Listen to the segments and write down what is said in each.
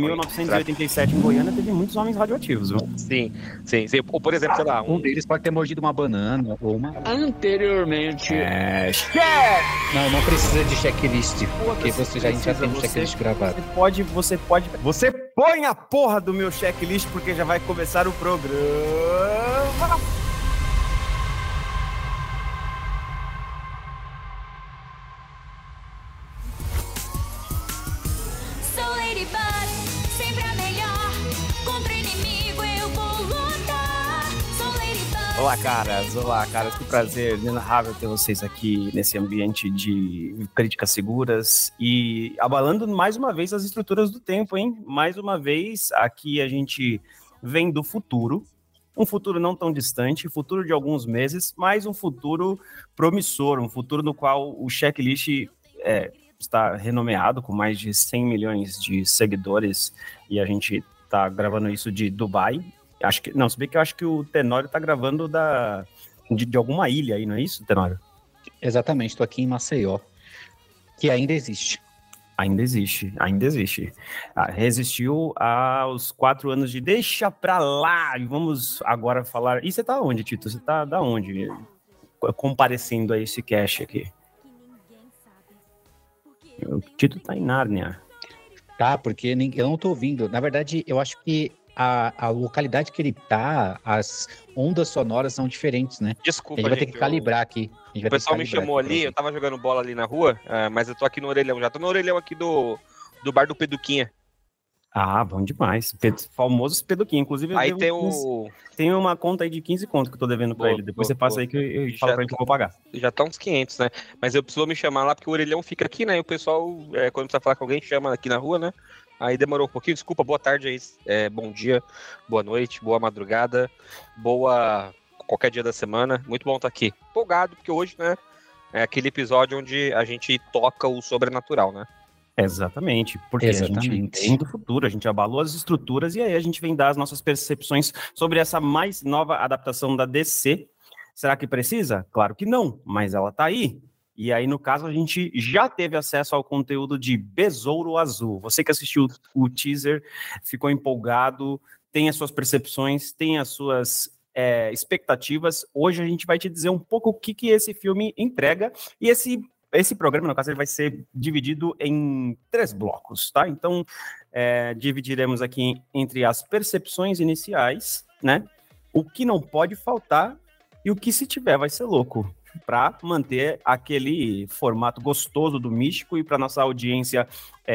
1987 em Goiânia teve muitos homens radioativos, viu? Sim. Ou, por exemplo, sei lá... Um deles pode ter mordido uma banana ou uma... Anteriormente... Não precisa de checklist, porque a gente já tem um checklist gravado. Você põe a porra do meu checklist, porque já vai começar o programa. Olá, caras, que prazer inenarrável ter vocês aqui nesse ambiente de críticas seguras e abalando mais uma vez as estruturas do tempo, hein? Mais uma vez, aqui a gente vem do futuro, um futuro não tão distante, futuro de alguns meses, mas um futuro promissor, um futuro no qual o checklist está renomeado com mais de 100 milhões de seguidores e a gente está gravando isso de Dubai. Se bem que eu acho que o Tenório tá gravando de alguma ilha aí, não é isso, Tenório? Exatamente, estou aqui em Maceió, que ainda existe. Ainda existe. Resistiu aos 4 anos de deixa pra lá, e vamos agora falar... E você tá onde, Tito? Você tá da onde? Comparecendo a esse cast aqui. O Tito tá em Nárnia. Tá, porque eu não tô ouvindo. Na verdade, eu acho que a localidade que ele tá, as ondas sonoras são diferentes, né? Desculpa, a gente vai ter que calibrar aqui. O pessoal me chamou ali, eu tava jogando bola ali na rua, mas eu tô aqui no orelhão, já tô no orelhão aqui do bar do Peduquinha. Ah, bom demais. Famoso Peduquinha. Inclusive, aí tem uma conta aí de 15 contos que eu tô devendo pra ele. Depois você passa aí que eu falo pra ele que eu vou pagar. Já tá uns 500, né? Mas eu preciso me chamar lá porque o orelhão fica aqui, né? E o pessoal, quando precisa falar com alguém, chama aqui na rua, né? Aí demorou um pouquinho. Desculpa, boa tarde aí. Bom dia, boa noite, boa madrugada, boa qualquer dia da semana. Muito bom estar aqui. Empolgado, porque hoje, né? É aquele episódio onde a gente toca o sobrenatural, né? Exatamente, porque a gente vem do futuro, a gente abalou as estruturas e aí a gente vem dar as nossas percepções sobre essa mais nova adaptação da DC. Será que precisa? Claro que não, mas ela tá aí. E aí, no caso, a gente já teve acesso ao conteúdo de Besouro Azul. Você que assistiu o teaser, ficou empolgado, tem as suas percepções, tem as suas expectativas. Hoje a gente vai te dizer um pouco o que esse filme entrega. E esse programa, no caso, ele vai ser dividido em 3 blocos, tá? Então, dividiremos aqui entre as percepções iniciais, né? O que não pode faltar e o que, se tiver, vai ser louco, para manter aquele formato gostoso do Místico e para nossa audiência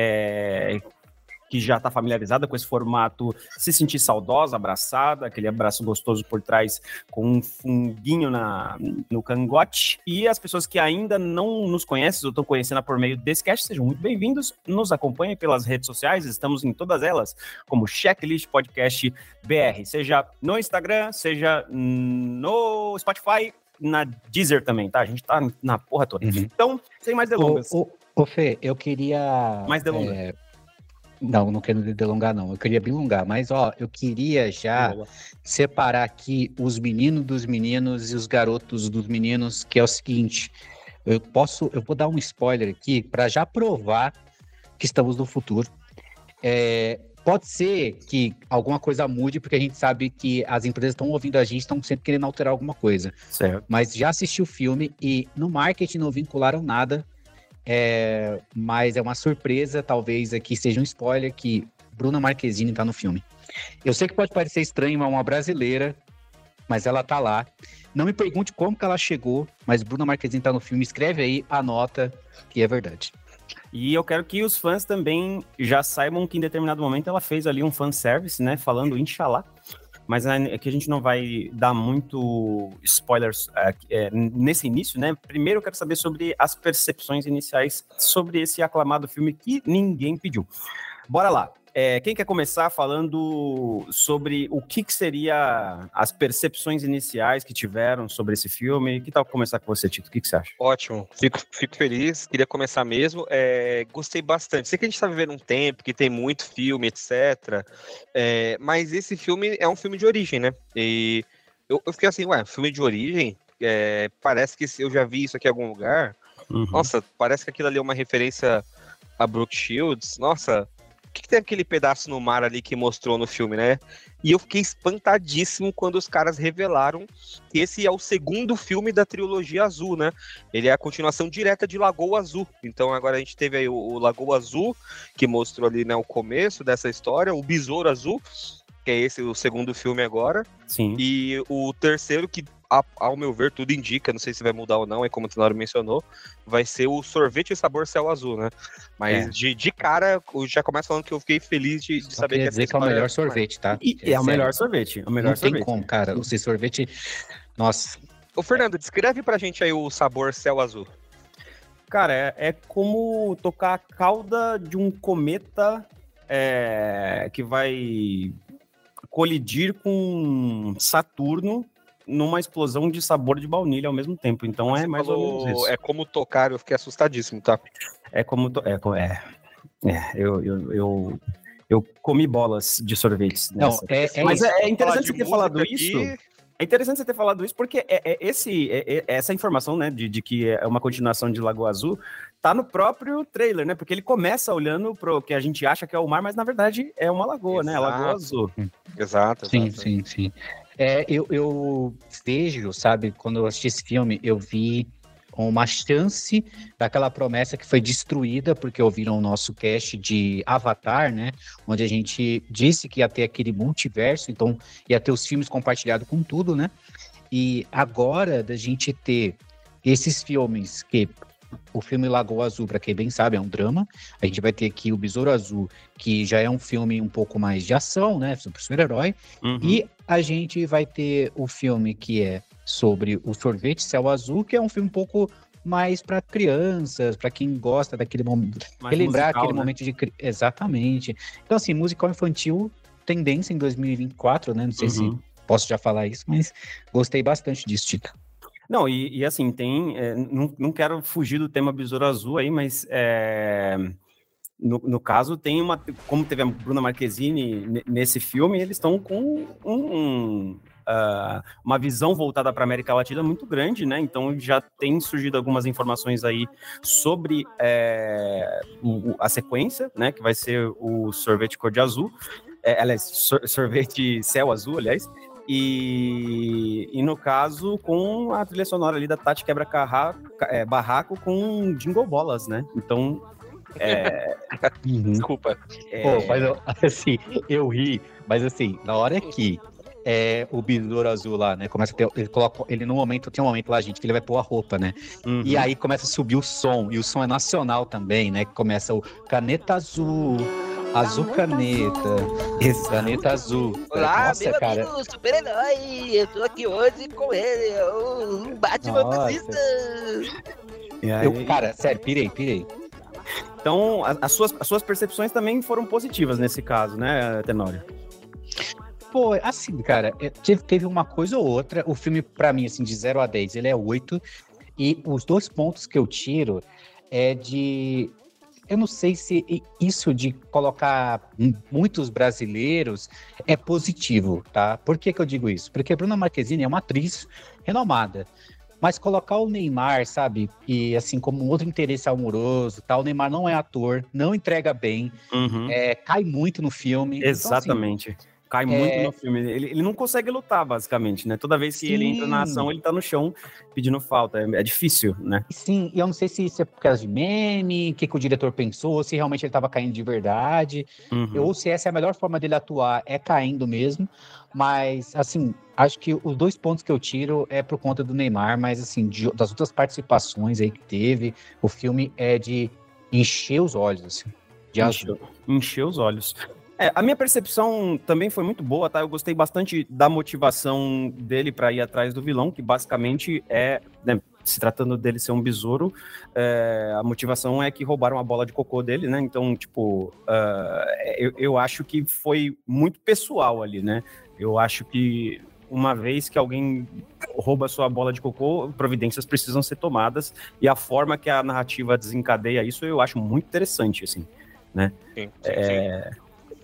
que já está familiarizada com esse formato se sentir saudosa, abraçada, aquele abraço gostoso por trás com um funguinho no cangote. E as pessoas que ainda não nos conhecem ou estão conhecendo por meio desse cast, sejam muito bem-vindos. Nos acompanhem pelas redes sociais, estamos em todas elas, como Checklist Podcast BR, seja no Instagram, seja no Spotify, na Deezer também, tá? A gente tá na porra toda. Uhum. Então, sem mais delongas. Ô Fê, eu queria... Mais delongas. Não quero delongar, não. Eu queria bilongar, mas, eu queria já separar aqui os meninos dos meninos e os garotos dos meninos, que é o seguinte, eu vou dar um spoiler aqui para já provar que estamos no futuro. Pode ser que alguma coisa mude, porque a gente sabe que as empresas estão ouvindo a gente, estão sempre querendo alterar alguma coisa. Certo. Mas já assisti o filme e no marketing não vincularam nada, mas é uma surpresa, talvez aqui seja um spoiler, que Bruna Marquezine tá no filme. Eu sei que pode parecer estranho, é uma brasileira, mas ela tá lá. Não me pergunte como que ela chegou, mas Bruna Marquezine tá no filme. Escreve aí, anota, que é verdade. E eu quero que os fãs também já saibam que em determinado momento ela fez ali um fanservice, né, falando Inshallah, mas aqui a gente não vai dar muito spoilers nesse início, né? Primeiro eu quero saber sobre as percepções iniciais sobre esse aclamado filme que ninguém pediu. Bora lá. Quem quer começar falando sobre o que seria as percepções iniciais que tiveram sobre esse filme? Que tal começar com você, Tito? O que você acha? Ótimo, fico feliz, queria começar mesmo. Gostei bastante. Sei que a gente está vivendo um tempo que tem muito filme, etc. Mas esse filme é um filme de origem, né? E eu fiquei assim, filme de origem? Parece que eu já vi isso aqui em algum lugar. Uhum. Nossa, parece que aquilo ali é uma referência a Brooke Shields. Nossa... que tem aquele pedaço no mar ali que mostrou no filme, né? E eu fiquei espantadíssimo quando os caras revelaram que esse é o segundo filme da trilogia Azul, né? Ele é a continuação direta de Lagoa Azul. Então agora a gente teve aí o Lagoa Azul, que mostrou ali, né, o começo dessa história, o Besouro Azul, que é esse o segundo filme agora. Sim. E o terceiro, que ao meu ver, tudo indica, não sei se vai mudar ou não, é como o Tenório mencionou, vai ser o Sorvete Sabor Céu Azul, né? Mas de cara, eu já começo falando que eu fiquei feliz de saber que essa dizer que é o melhor sorvete, tá? É o melhor sorvete. O melhor não sorvete. Tem como, cara. Esse sorvete... Nossa. Ô, Fernando, descreve pra gente aí o sabor Céu Azul. Cara, é como tocar a cauda de um cometa que vai colidir com Saturno numa explosão de sabor de baunilha ao mesmo tempo. Então é mais ou menos isso. É como tocar, eu fiquei assustadíssimo, tá? É como... Eu comi bolas de sorvetes. Não, Mas isso. É interessante você ter falado isso. É interessante você ter falado isso, porque essa informação, né, de que é uma continuação de Lagoa Azul, tá no próprio trailer, né? Porque ele começa olhando pro que a gente acha que é o mar, mas na verdade é uma lagoa, né? Lagoa Azul. Exato. Sim. Eu vejo, sabe, quando eu assisti esse filme, eu vi uma chance daquela promessa que foi destruída, porque ouviram o nosso cast de Avatar, né? Onde a gente disse que ia ter aquele multiverso, então ia ter os filmes compartilhados com tudo, né? E agora, da gente ter esses filmes que... O filme Lagoa Azul, para quem bem sabe, é um drama. A gente vai ter aqui o Besouro Azul, que já é um filme um pouco mais de ação, né? Sobre super-herói. Uhum. E a gente vai ter o filme que é sobre o Sorvete Céu Azul, que é um filme um pouco mais para crianças, para quem gosta daquele momento, relembrar aquele momento de... Exatamente. Então, assim, musical infantil, tendência em 2024, né? Não sei se posso já falar isso, mas gostei bastante disso, Tita. Não, e assim, tem... não quero fugir do tema Besouro Azul aí, mas no caso tem uma... Como teve a Bruna Marquezine nesse filme, eles estão com uma visão voltada para a América Latina muito grande, né? Então já tem surgido algumas informações aí sobre a sequência, né? Que vai ser o Sorvete Cor de Azul. Aliás, Sorvete Céu Azul, aliás. E no caso, com a trilha sonora ali da Tati Barraco com Jingle Bolas, né? Então... Desculpa. Pô, mas assim, eu ri, mas assim, na hora que o Besouro Azul lá, né, começa a ter, ele no momento, tem um momento lá, gente, que ele vai pôr a roupa, né, e aí começa a subir o som, e o som é nacional também, né, que começa o Caneta Azul... Azul Caneta. Caneta Azul. Olá, nossa, meu cara. amigo super-herói. Eu tô aqui hoje com ele. O Batman nazista. Cara, sério, pirei. Então, as suas percepções também foram positivas nesse caso, né, Tenório? Pô, assim, cara, teve uma coisa ou outra. O filme, pra mim, assim, de 0 a 10, ele é 8. E os 2 pontos que eu tiro é de... Eu não sei se isso de colocar muitos brasileiros é positivo, tá? Por que eu digo isso? Porque a Bruna Marquezine é uma atriz renomada, mas colocar o Neymar, sabe? E assim, como um outro interesse amoroso, tá? O Neymar não é ator, não entrega bem, cai muito no filme. Exatamente. Então, assim, cai muito no filme. Ele não consegue lutar, basicamente, né? Toda vez que ele entra na ação, ele tá no chão pedindo falta. É difícil, né? Sim, e eu não sei se isso é por causa de meme, o que o diretor pensou, se realmente ele tava caindo de verdade, ou se essa é a melhor forma dele atuar, é caindo mesmo. Mas, assim, acho que os 2 pontos que eu tiro é por conta do Neymar, mas, assim, das outras participações aí que teve, o filme é de encher os olhos, assim, de azul. Encher os olhos. A minha percepção também foi muito boa, tá? Eu gostei bastante da motivação dele para ir atrás do vilão, que basicamente né, se tratando dele ser um besouro, a motivação é que roubaram a bola de cocô dele, né? Então, tipo, eu acho que foi muito pessoal ali, né? Eu acho que uma vez que alguém rouba a sua bola de cocô, providências precisam ser tomadas, e a forma que a narrativa desencadeia isso eu acho muito interessante, assim, né? Sim.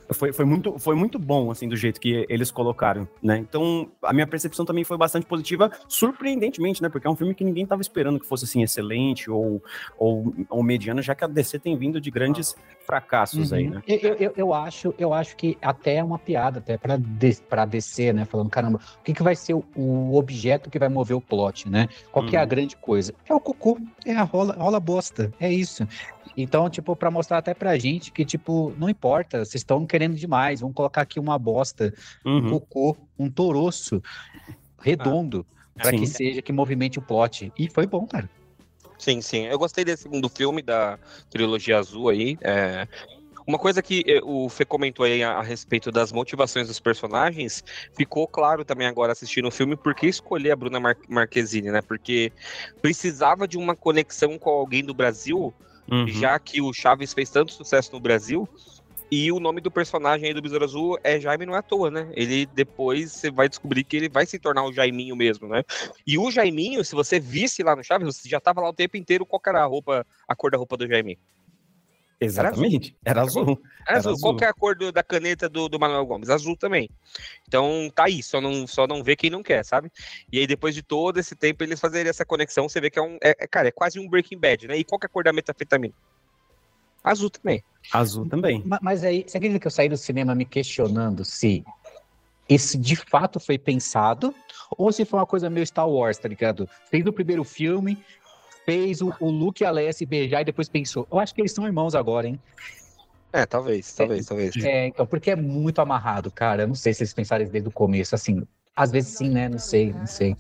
Foi muito bom, assim, do jeito que eles colocaram, né? Então, a minha percepção também foi bastante positiva, surpreendentemente, né? Porque é um filme que ninguém tava esperando que fosse, assim, excelente ou mediano, já que a DC tem vindo de grandes fracassos aí, né? Eu acho que até é uma piada, até pra DC, né? Falando, caramba, o que vai ser o objeto que vai mover o plot, né? Qual que é a grande coisa? É o cocô, é a rola bosta, é isso. Então, tipo, pra mostrar até pra gente que, tipo, não importa, vocês estão querendo demais, vamos colocar aqui uma bosta, um cocô, um toroço redondo, pra que seja, que movimente o plot. E foi bom, cara. Sim. Eu gostei desse segundo filme da trilogia azul aí. Uma coisa que o Fê comentou aí a respeito das motivações dos personagens, ficou claro também agora assistindo o filme porque escolher a Bruna Marquezine, né? Porque precisava de uma conexão com alguém do Brasil, já que o Chaves fez tanto sucesso no Brasil, e o nome do personagem aí do Besouro Azul é Jaime, não é à toa, né? Ele depois você vai descobrir que ele vai se tornar o Jaiminho mesmo, né? E o Jaiminho, se você visse lá no Chaves, você já tava lá o tempo inteiro, qual que era a cor da roupa do Jaiminho? Exatamente, era azul. Qual que é a cor da caneta do Manuel Gomes? Azul também. Então tá aí, só não vê quem não quer, sabe? E aí depois de todo esse tempo eles fazerem essa conexão, você vê que cara, é quase um Breaking Bad, né? E qual que é a cor da metafetamina? Azul também. Azul também. Mas aí, você acredita que eu saí do cinema me questionando se isso de fato foi pensado ou se foi uma coisa meio Star Wars, tá ligado? Fez o primeiro filme, fez o Luke e a Leia se beijar e depois pensou, eu acho que eles são irmãos agora, hein? Talvez. Então, porque é muito amarrado, cara. Eu não sei se eles pensaram isso desde o começo, assim. Às vezes sim, né? Não sei. Sim.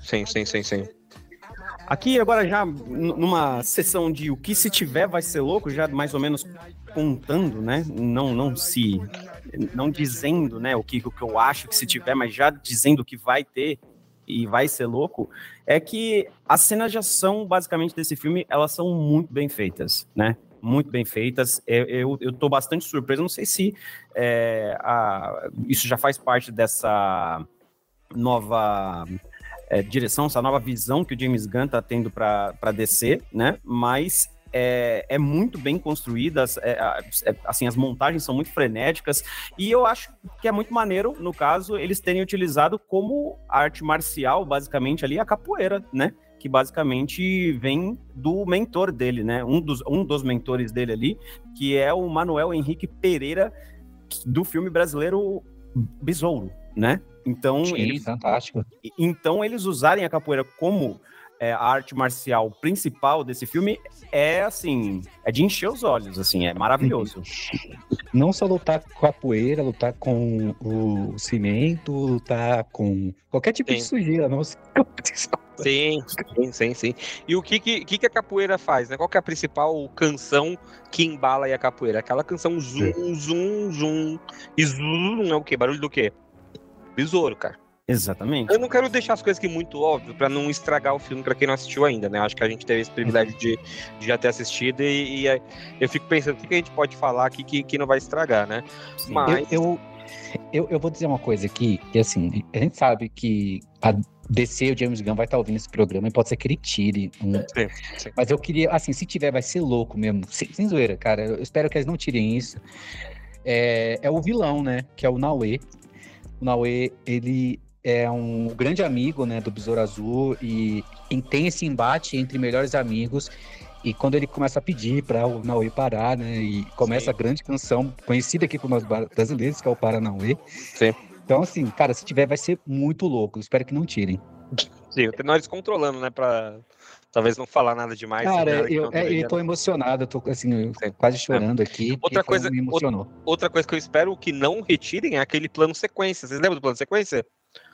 Aqui agora já numa sessão de o que se tiver vai ser louco, já mais ou menos contando, né? Não dizendo, né, o que eu acho que se tiver, mas já dizendo o que vai ter e vai ser louco, é que as cenas de ação, basicamente, desse filme, elas são muito bem feitas, né? Muito bem feitas. Eu tô bastante surpreso, não sei se isso já faz parte dessa nova direção, essa nova visão que o James Gunn tá tendo para DC, né? Mas é muito bem construída, assim, as montagens são muito frenéticas, e eu acho que é muito maneiro, no caso, eles terem utilizado como arte marcial, basicamente, ali, a capoeira, né? Que basicamente vem do mentor dele, né? Um dos mentores dele ali, que é o Manuel Henrique Pereira, do filme brasileiro Besouro, né? Então, fantástico. Então, eles usarem a capoeira como a arte marcial principal desse filme assim, é de encher os olhos, assim, é maravilhoso. Não só lutar com capoeira, lutar com o cimento, lutar com qualquer tipo de sujeira, não. Sim. E o que a capoeira faz, né? Qual que é a principal canção que embala aí a capoeira? Aquela canção zum, zum, zum. E zum é o quê? Barulho do quê? Besouro, cara. Exatamente. Eu não quero deixar as coisas aqui muito óbvias pra não estragar o filme pra quem não assistiu ainda, né? Acho que a gente teve esse privilégio de já ter assistido e eu fico pensando o que a gente pode falar aqui que não vai estragar, né? Sim. Mas eu vou dizer uma coisa aqui, que assim, a gente sabe que a DC, o James Gunn vai estar ouvindo esse programa e pode ser que ele tire. Sim. Mas eu queria, assim, se tiver, vai ser louco mesmo. Sem zoeira, cara. Eu espero que eles não tirem isso. É o vilão, né? Que é o Naue. O Naue, ele é um grande amigo, né, do Besouro Azul e tem esse embate entre melhores amigos, e quando ele começa a pedir para o Naue parar, né, e começa a grande canção conhecida aqui por nós brasileiros, que é o Paranauê. Sim. Então, assim, cara, se tiver vai ser muito louco, espero que não tirem. Sim, tem nós controlando, né, pra talvez não falar nada demais. Cara, eu tô emocionado, eu tô assim, quase chorando aqui. Outra coisa, me emocionou. Outra coisa que eu espero que não retirem é aquele plano sequência. Vocês lembram do plano sequência?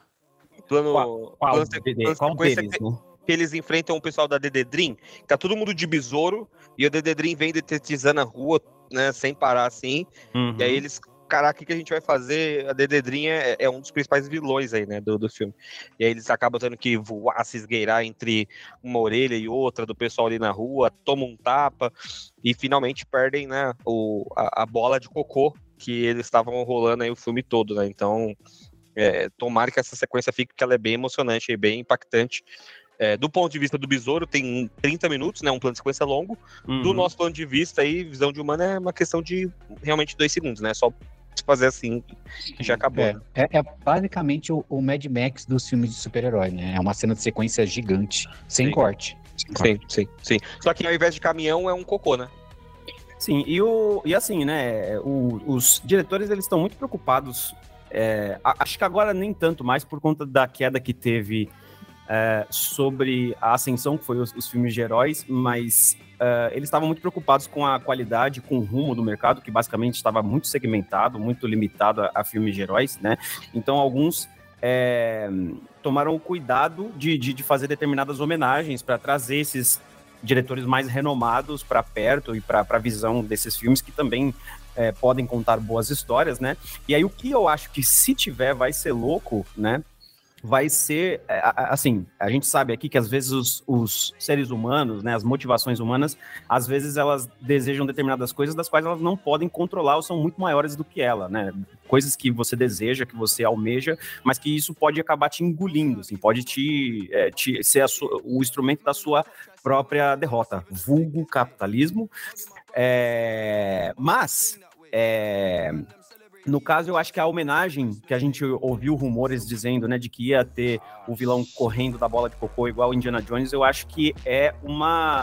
Qual deles, né? Que eles enfrentam o pessoal da DD Dream, tá todo mundo de besouro, e o DD Dream vem detetizando a rua, né, sem parar assim, e aí eles, caraca, o que a gente vai fazer? A DD Dream é um dos principais vilões aí, né, do filme, e aí eles acabam tendo que voar, se esgueirar entre uma orelha e outra do pessoal ali na rua, tomam um tapa, e finalmente perdem, né, a bola de cocô que eles estavam rolando aí o filme todo, né, então... tomara que essa sequência fique, porque ela é bem emocionante e bem impactante. Do ponto de vista do Besouro, tem 30 minutos, né? Um plano de sequência longo. Do nosso ponto de vista, aí, visão de humano é uma questão de realmente 2 segundos, né? Só fazer assim, que já acabou. É basicamente o Mad Max dos filmes de super-herói, né? É uma cena de sequência gigante, sem corte. Sim. Só que ao invés de caminhão, é um cocô, né? Sim, e assim, né, os diretores, eles estão muito preocupados, acho que agora nem tanto mais por conta da queda que teve sobre a ascensão, que foi os filmes de heróis, mas eles estavam muito preocupados com a qualidade, com o rumo do mercado, que basicamente estava muito segmentado, muito limitado a filmes de heróis, né? Então, alguns tomaram o cuidado de fazer determinadas homenagens para trazer esses diretores mais renomados para perto e para a visão desses filmes que também podem contar boas histórias, né? E aí o que eu acho que se tiver vai ser louco, né? Vai ser, assim, a gente sabe aqui que às vezes os seres humanos, né, as motivações humanas, às vezes elas desejam determinadas coisas das quais elas não podem controlar ou são muito maiores do que ela, né? Coisas que você deseja, que você almeja, mas que isso pode acabar te engolindo, assim, pode te ser o instrumento da sua própria derrota, vulgo capitalismo. No caso, eu acho que a homenagem que a gente ouviu rumores dizendo, né, de que ia ter o vilão correndo da bola de cocô igual Indiana Jones, eu acho que é uma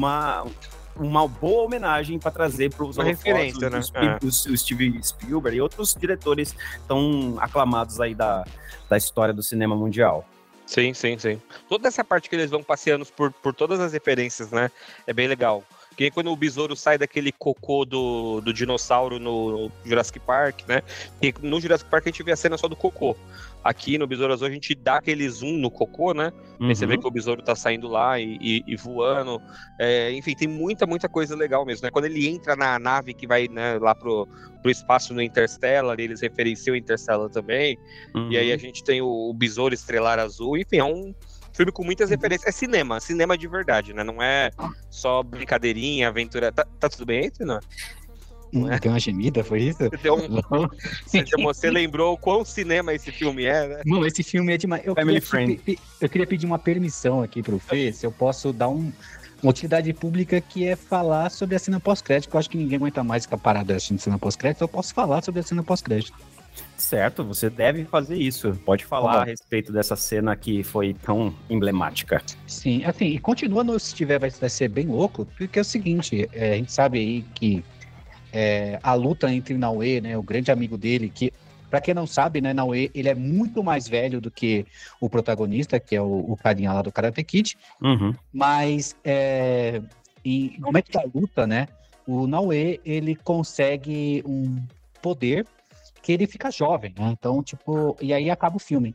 boa homenagem para trazer para os referência, né? O Steven Spielberg e outros diretores tão aclamados aí da história do cinema mundial. Sim. Toda essa parte que eles vão passeando por todas as referências, né? É bem legal. Que quando o besouro sai daquele cocô do dinossauro no Jurassic Park, né? E no Jurassic Park a gente vê a cena só do cocô. Aqui no Besouro Azul a gente dá aquele zoom no cocô, né? Uhum. Aí você vê que o besouro tá saindo lá e voando. Enfim, tem muita coisa legal mesmo, né? Quando ele entra na nave que vai, né, lá pro espaço no Interstellar, eles referenciam o Interstellar também. Uhum. E aí a gente tem o Besouro Estrelar Azul. Enfim, é um filme com muitas referências. É cinema de verdade, né? Não é só brincadeirinha, aventura. Tá tudo bem aí, não? Tem uma gemida, foi isso? Você lembrou o quão cinema esse filme é, né? Não, esse filme é demais. Eu queria pedir uma permissão aqui pro Fê, se eu posso dar uma utilidade pública, que é falar sobre a cena pós-crédito, que eu acho que ninguém aguenta mais ficar parado assistindo cena pós-crédito, eu posso falar sobre a cena pós-crédito. Certo, você deve fazer isso. Pode falar a respeito dessa cena que foi tão emblemática. Sim, assim, e continua, se tiver, vai ser bem louco, porque é o seguinte, a gente sabe aí que a luta entre Naoe, né, o grande amigo dele, que, pra quem não sabe, né, Naoe, ele é muito mais velho do que o protagonista, que é o carinha lá do Karate Kid, mas no momento da luta, né, o Naoe, ele consegue um poder que ele fica jovem, né? Então, tipo, e aí acaba o filme.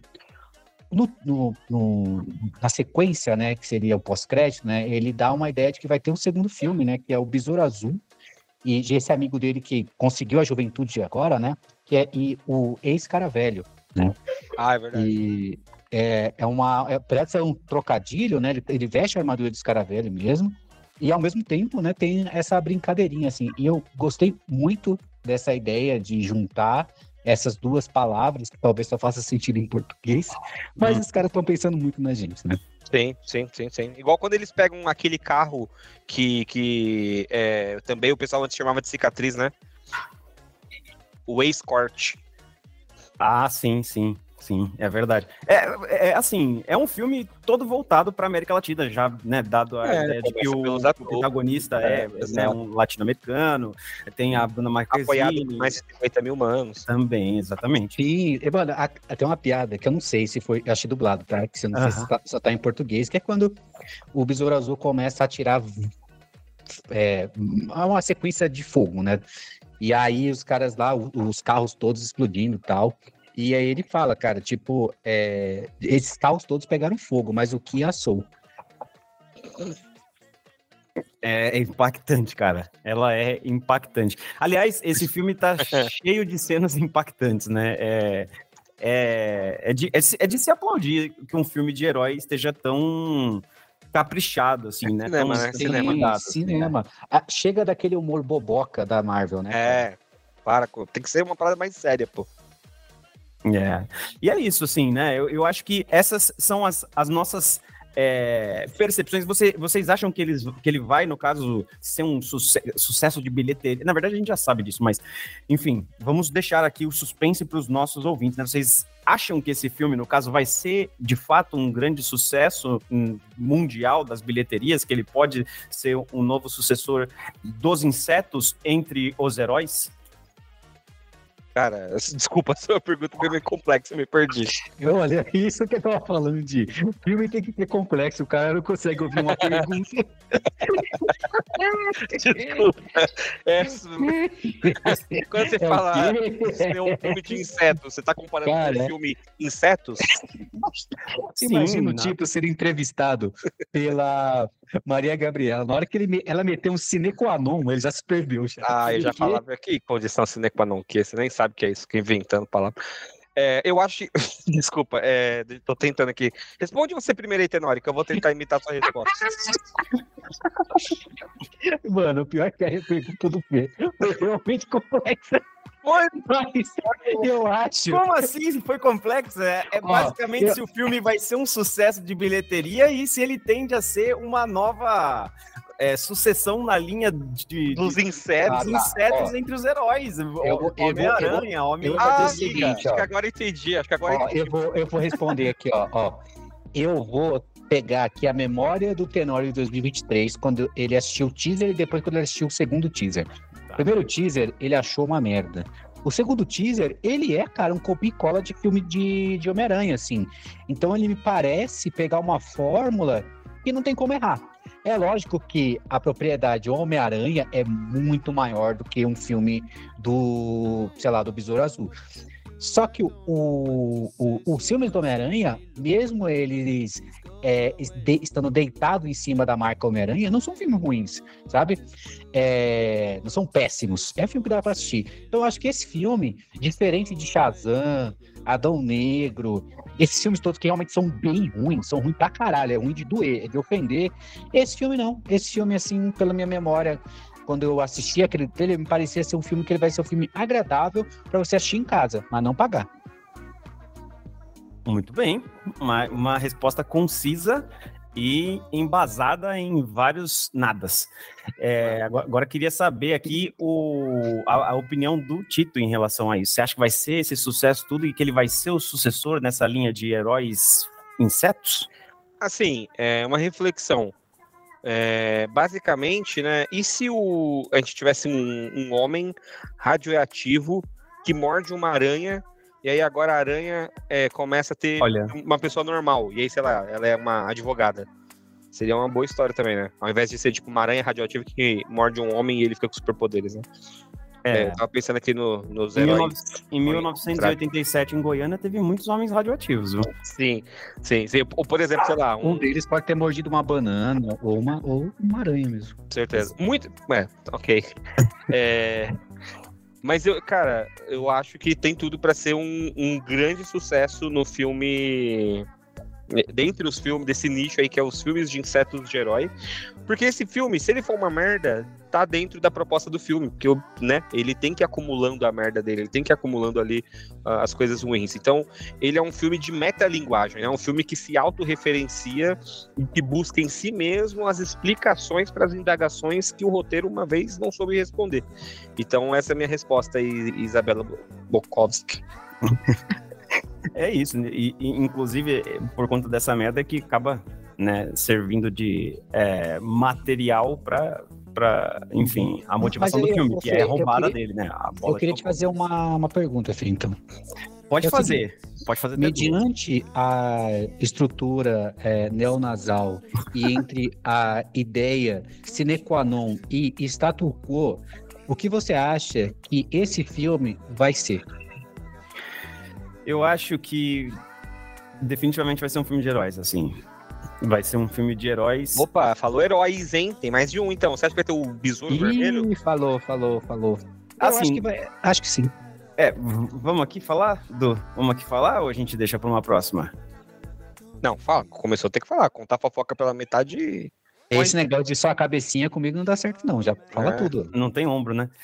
Na sequência, né, que seria o pós-crédito, né, ele dá uma ideia de que vai ter um segundo filme, né, que é o Besouro Azul, e esse amigo dele que conseguiu a juventude agora, né, que é o ex-cara velho, né? Ah, é verdade. E parece ser um trocadilho, né, ele veste a armadura desse cara velho mesmo, e ao mesmo tempo, né, tem essa brincadeirinha, assim, e eu gostei muito dessa ideia de juntar essas duas palavras, que talvez só faça sentido em português, mas os caras estão pensando muito na gente, né? Sim. Igual quando eles pegam aquele carro que também o pessoal antes chamava de cicatriz, né? O Escort. Ah, sim, é verdade. Assim, é um filme todo voltado para América Latina, já, né, dado a ideia de que o protagonista né, um latino-americano, tem a Bruna Marquezine. Apoiado por mais de 50 mil manos. Também, exatamente. Sim, mano, tem uma piada que eu não sei se foi, eu achei dublado, tá? Que você não sei se só tá em português, que é quando o Besouro Azul começa a atirar uma sequência de fogo, né? E aí os caras lá, os carros todos explodindo e tal. E aí ele fala, cara, tipo, esses carros todos pegaram fogo, mas o que assou? É impactante, cara. Ela é impactante. Aliás, esse filme tá cheio de cenas impactantes, né? É de se aplaudir que um filme de herói esteja tão caprichado, assim, né? Cinema, né? Cinema. Chega daquele humor boboca da Marvel, né? Tem que ser uma parada mais séria, pô. E é isso, assim, né? Eu acho que essas são as nossas percepções, vocês acham que ele vai, no caso, ser um sucesso de bilheteria? Na verdade, a gente já sabe disso, mas, enfim, vamos deixar aqui o suspense para os nossos ouvintes, né? Vocês acham que esse filme, no caso, vai ser, de fato, um grande sucesso mundial das bilheterias, que ele pode ser um novo sucessor dos insetos entre os heróis? Cara, desculpa, a sua pergunta foi meio complexa, eu me perdi. Olha, isso que eu tava falando de filme tem que ter complexo, o cara não consegue ouvir uma pergunta. Desculpa. Quando você fala é um filme de insetos, você tá comparando com o filme Insetos? Imagina o tipo ser entrevistado pela Maria Gabriela. Na hora que ela meteu um sine qua non, ele já se perdeu. Eu já falava aqui, condição sine qua non, que você nem sabe o que é isso, que inventando palavra. Eu acho que... Desculpa, tô tentando aqui. Responde você primeiro aí, Tenório, que eu vou tentar imitar a sua resposta. Mano, o pior é que a pergunta do Fê foi realmente complexa. Mas eu acho... Como assim foi complexo? Basicamente se o filme vai ser um sucesso de bilheteria e se ele tende a ser uma nova... sucessão na linha dos insetos, entre os heróis. Homem-Aranha, Acho que agora entendi. Eu vou responder aqui, ó. Eu vou pegar aqui a memória do Tenório de 2023, quando ele assistiu o teaser e depois quando ele assistiu o segundo teaser. O primeiro teaser, ele achou uma merda. O segundo teaser, ele cara, um copia e cola de filme de Homem-Aranha, assim. Então ele me parece pegar uma fórmula que não tem como errar. É lógico que a propriedade Homem-Aranha é muito maior do que um filme do Besouro Azul. Só que os filmes do Homem-Aranha, mesmo eles estando deitados em cima da marca Homem-Aranha, não são filmes ruins, sabe? Não são péssimos. É filme que dá pra assistir. Então eu acho que esse filme, diferente de Shazam, Adão Negro, esses filmes todos que realmente são bem ruins, são ruins pra caralho, é ruim de doer, é de ofender. Esse filme não. Esse filme, assim, pela minha memória, quando eu assisti aquele trailer, me parecia ser um filme que ele vai ser um filme agradável pra você assistir em casa, mas não pagar. Muito bem. Uma resposta concisa e embasada em vários nadas. Agora queria saber aqui a opinião do Tito em relação a isso. Você acha que vai ser esse sucesso tudo e que ele vai ser o sucessor nessa linha de heróis insetos? Assim, uma reflexão. Basicamente, né? E se a gente tivesse um homem radioativo que morde uma aranha e aí agora a aranha começa a ter uma pessoa normal. E aí, sei lá, ela é uma advogada. Seria uma boa história também, né? Ao invés de ser tipo uma aranha radioativa que morde um homem e ele fica com superpoderes, né? Eu tava pensando aqui nos heróis. Em 1987, em Goiânia, teve muitos homens radioativos, viu? Sim. Ou, por exemplo, sei lá... Um deles pode ter mordido uma banana ou uma aranha mesmo. Certeza. Muito... ok. Mas, eu acho que tem tudo pra ser um grande sucesso no filme... Dentre os filmes desse nicho aí, que é os filmes de insetos de herói. Porque esse filme, se ele for uma merda, tá dentro da proposta do filme. Porque, ele tem que ir acumulando a merda dele, ele tem que ir acumulando ali as coisas ruins. Então, ele é um filme de metalinguagem, é um filme que se autorreferencia e que busca em si mesmo as explicações para as indagações que o roteiro uma vez não soube responder. Então, essa é a minha resposta aí, Isabela Bukowski. É isso, e inclusive por conta dessa merda que acaba, né, servindo de material para, enfim, a motivação do filme, que é roubada dele, né? Eu queria te fazer uma pergunta, Fê, então. Pode fazer. Mediante a estrutura neonasal e entre a ideia sine qua non e statu quo, o que você acha que esse filme vai ser? Eu acho que definitivamente vai ser um filme de heróis, assim. Vai ser um filme de heróis. Opa, falou heróis, hein? Tem mais de um, então. Você acha que vai ter o Besouro Vermelho? Falou. Assim, acho que sim. Vamos aqui falar ou a gente deixa para uma próxima? Não, fala. Começou a ter que falar. Contar fofoca pela metade. Esse negócio de só a cabecinha comigo não dá certo, não. Já fala tudo. Não tem ombro, né?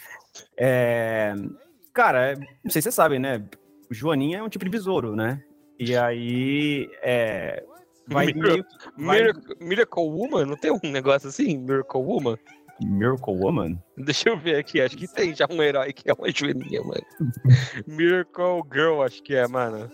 Cara, não sei se vocês sabem, né? Joaninha é um tipo de besouro, né? E aí, vai Miracle Woman? Não tem um negócio assim? Miracle Woman? Miracle Woman? Deixa eu ver aqui, acho que tem já um herói que é uma joaninha, mano. Miracle Girl, acho que é, mano.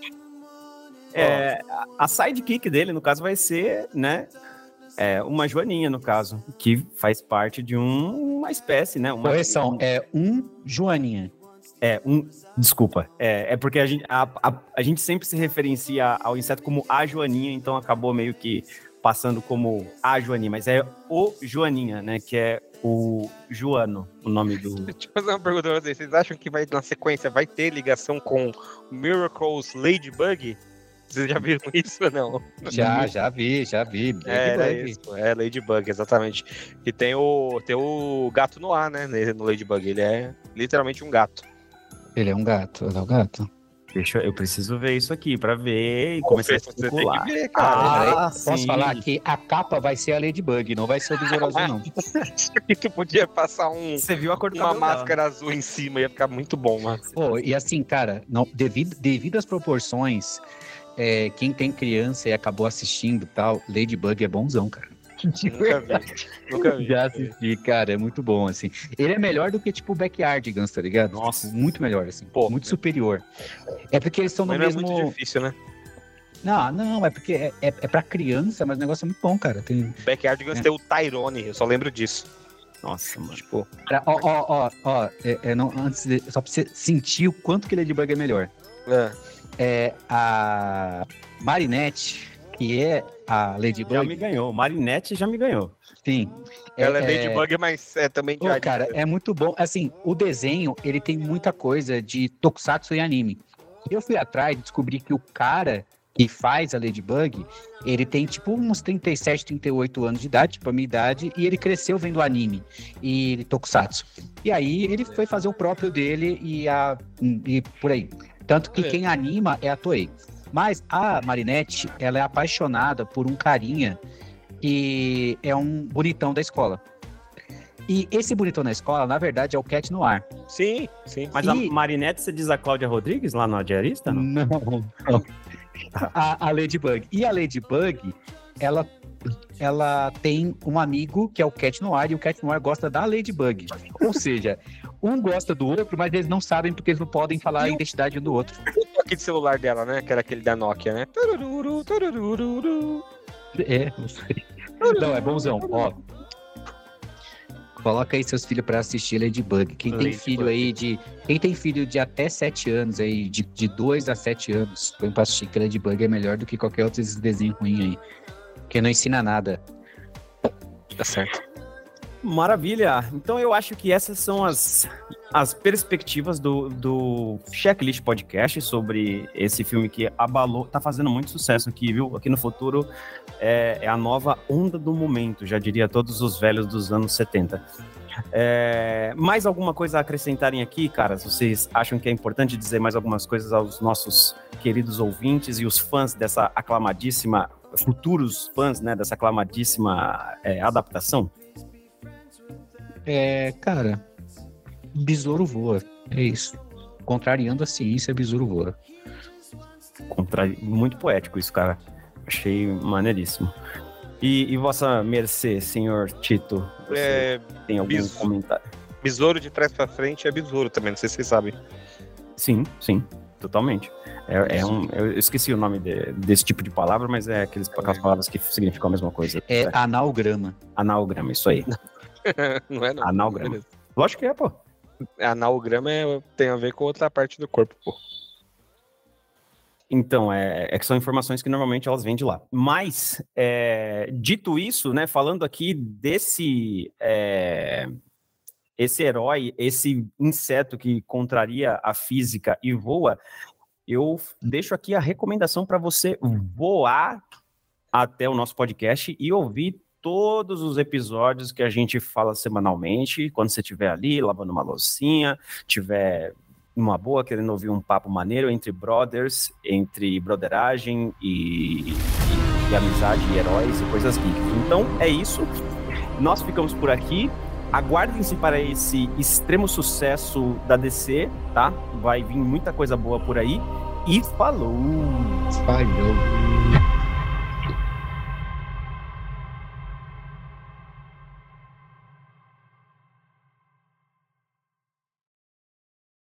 A sidekick dele, no caso, vai ser, né, uma joaninha, no caso, que faz parte de uma espécie, né? Correção, joaninha. Desculpa. É porque a gente sempre se referencia ao inseto como a joaninha, então acabou meio que passando como a joaninha, mas é o joaninha, né? Que é o Joano, o nome do... Deixa eu fazer uma pergunta pra vocês. Vocês acham que na sequência vai ter ligação com Miracle's Ladybug? Vocês já viram isso ou não? Já vi. Ladybug, exatamente. E tem o gato no ar, né? No Ladybug. Ele é literalmente um gato. Ele é um gato, Eu preciso ver isso aqui pra ver e começar a especular. Você tem que ver, cara. Posso falar que a capa vai ser a Ladybug, não vai ser o Besouro Azul, não. E tu podia passar Você viu a cor do uma cabelo máscara dela, azul em cima, ia ficar muito bom, mano. E assim, cara, devido às proporções, quem tem criança e acabou assistindo e tal, Ladybug é bonzão, cara. Nunca vi. Já assisti, cara, é muito bom, assim. Ele é melhor do que, tipo, o Backyardigans, tá ligado? Nossa. Muito melhor, assim. Muito superior. É porque eles estão no mesmo... Não é muito difícil, né? Não, é porque é pra criança, mas o negócio é muito bom, cara. Backyardigans tem o Tyrone, eu só lembro disso. Nossa, mano. Tipo... Só pra você sentir o quanto que Ladybug é melhor. A Marinette, que é a Ladybug... Já me ganhou. Marinette já me ganhou. Sim. Ela é Ladybug, mas é também de cara, é muito bom. Assim, o desenho, ele tem muita coisa de tokusatsu e anime. Eu fui atrás e descobri que o cara que faz a Ladybug, ele tem, tipo, uns 37, 38 anos de idade, tipo, a minha idade, e ele cresceu vendo anime e tokusatsu. E aí, ele foi fazer o próprio dele e por aí. Tanto que quem anima é a Toei. Mas a Marinette, ela é apaixonada por um carinha que é um bonitão da escola. E esse bonitão da escola, na verdade, é o Cat Noir. Sim. Mas a Marinette, você diz a Cláudia Rodrigues lá na diarista? Não. A Ladybug. E a Ladybug, ela tem um amigo que é o Cat Noir, e o Cat Noir gosta da Ladybug. Ou seja, um gosta do outro, mas eles não sabem porque eles não podem falar a identidade um do outro. O toque de celular dela, né? Que era aquele da Nokia, né? Não sei. Não, é bonzão. Ó, coloca aí seus filhos pra assistir Ladybug. Quem tem filho de até 7 anos aí, de 2 a 7 anos, põe pra assistir que Ladybug é melhor do que qualquer outro desenho ruim aí. Porque não ensina nada. Tá certo. Maravilha. Então eu acho que essas são as perspectivas do Checklist Podcast sobre esse filme que abalou, tá fazendo muito sucesso aqui, viu? Aqui no futuro é a nova onda do momento, já diria todos os velhos dos anos 70. Mais alguma coisa a acrescentarem aqui, caras? Vocês acham que é importante dizer mais algumas coisas aos nossos queridos ouvintes e os fãs dessa aclamadíssima, futuros fãs, né, dessa aclamadíssima adaptação? Cara, besouro voa, é isso. Contrariando a ciência, besouro voa. Muito poético isso, cara. Achei maneiríssimo. E vossa mercê, senhor Tito? Tem algum comentário? Besouro de trás pra frente é besouro também, não sei se vocês sabem. Sim, totalmente. Eu esqueci o nome desse tipo de palavra, mas é aquelas palavras que significam a mesma coisa. Analgrama. Analgrama, isso aí. Não é não. Analgrama. Beleza. Lógico que é, pô. Analgrama tem a ver com outra parte do corpo, pô. Então, que são informações que normalmente elas vêm de lá. Mas, dito isso, né, falando aqui desse esse herói, esse inseto que contraria a física e voa, eu deixo aqui a recomendação para você voar até o nosso podcast e ouvir todos os episódios que a gente fala semanalmente, quando você estiver ali, lavando uma loucinha, tiver uma boa, querendo ouvir um papo maneiro entre brothers, entre broderagem e amizade, e heróis e coisas geeks. Então, é isso. Nós ficamos por aqui. Aguardem-se para esse extremo sucesso da DC, tá? Vai vir muita coisa boa por aí. E falou! Falou!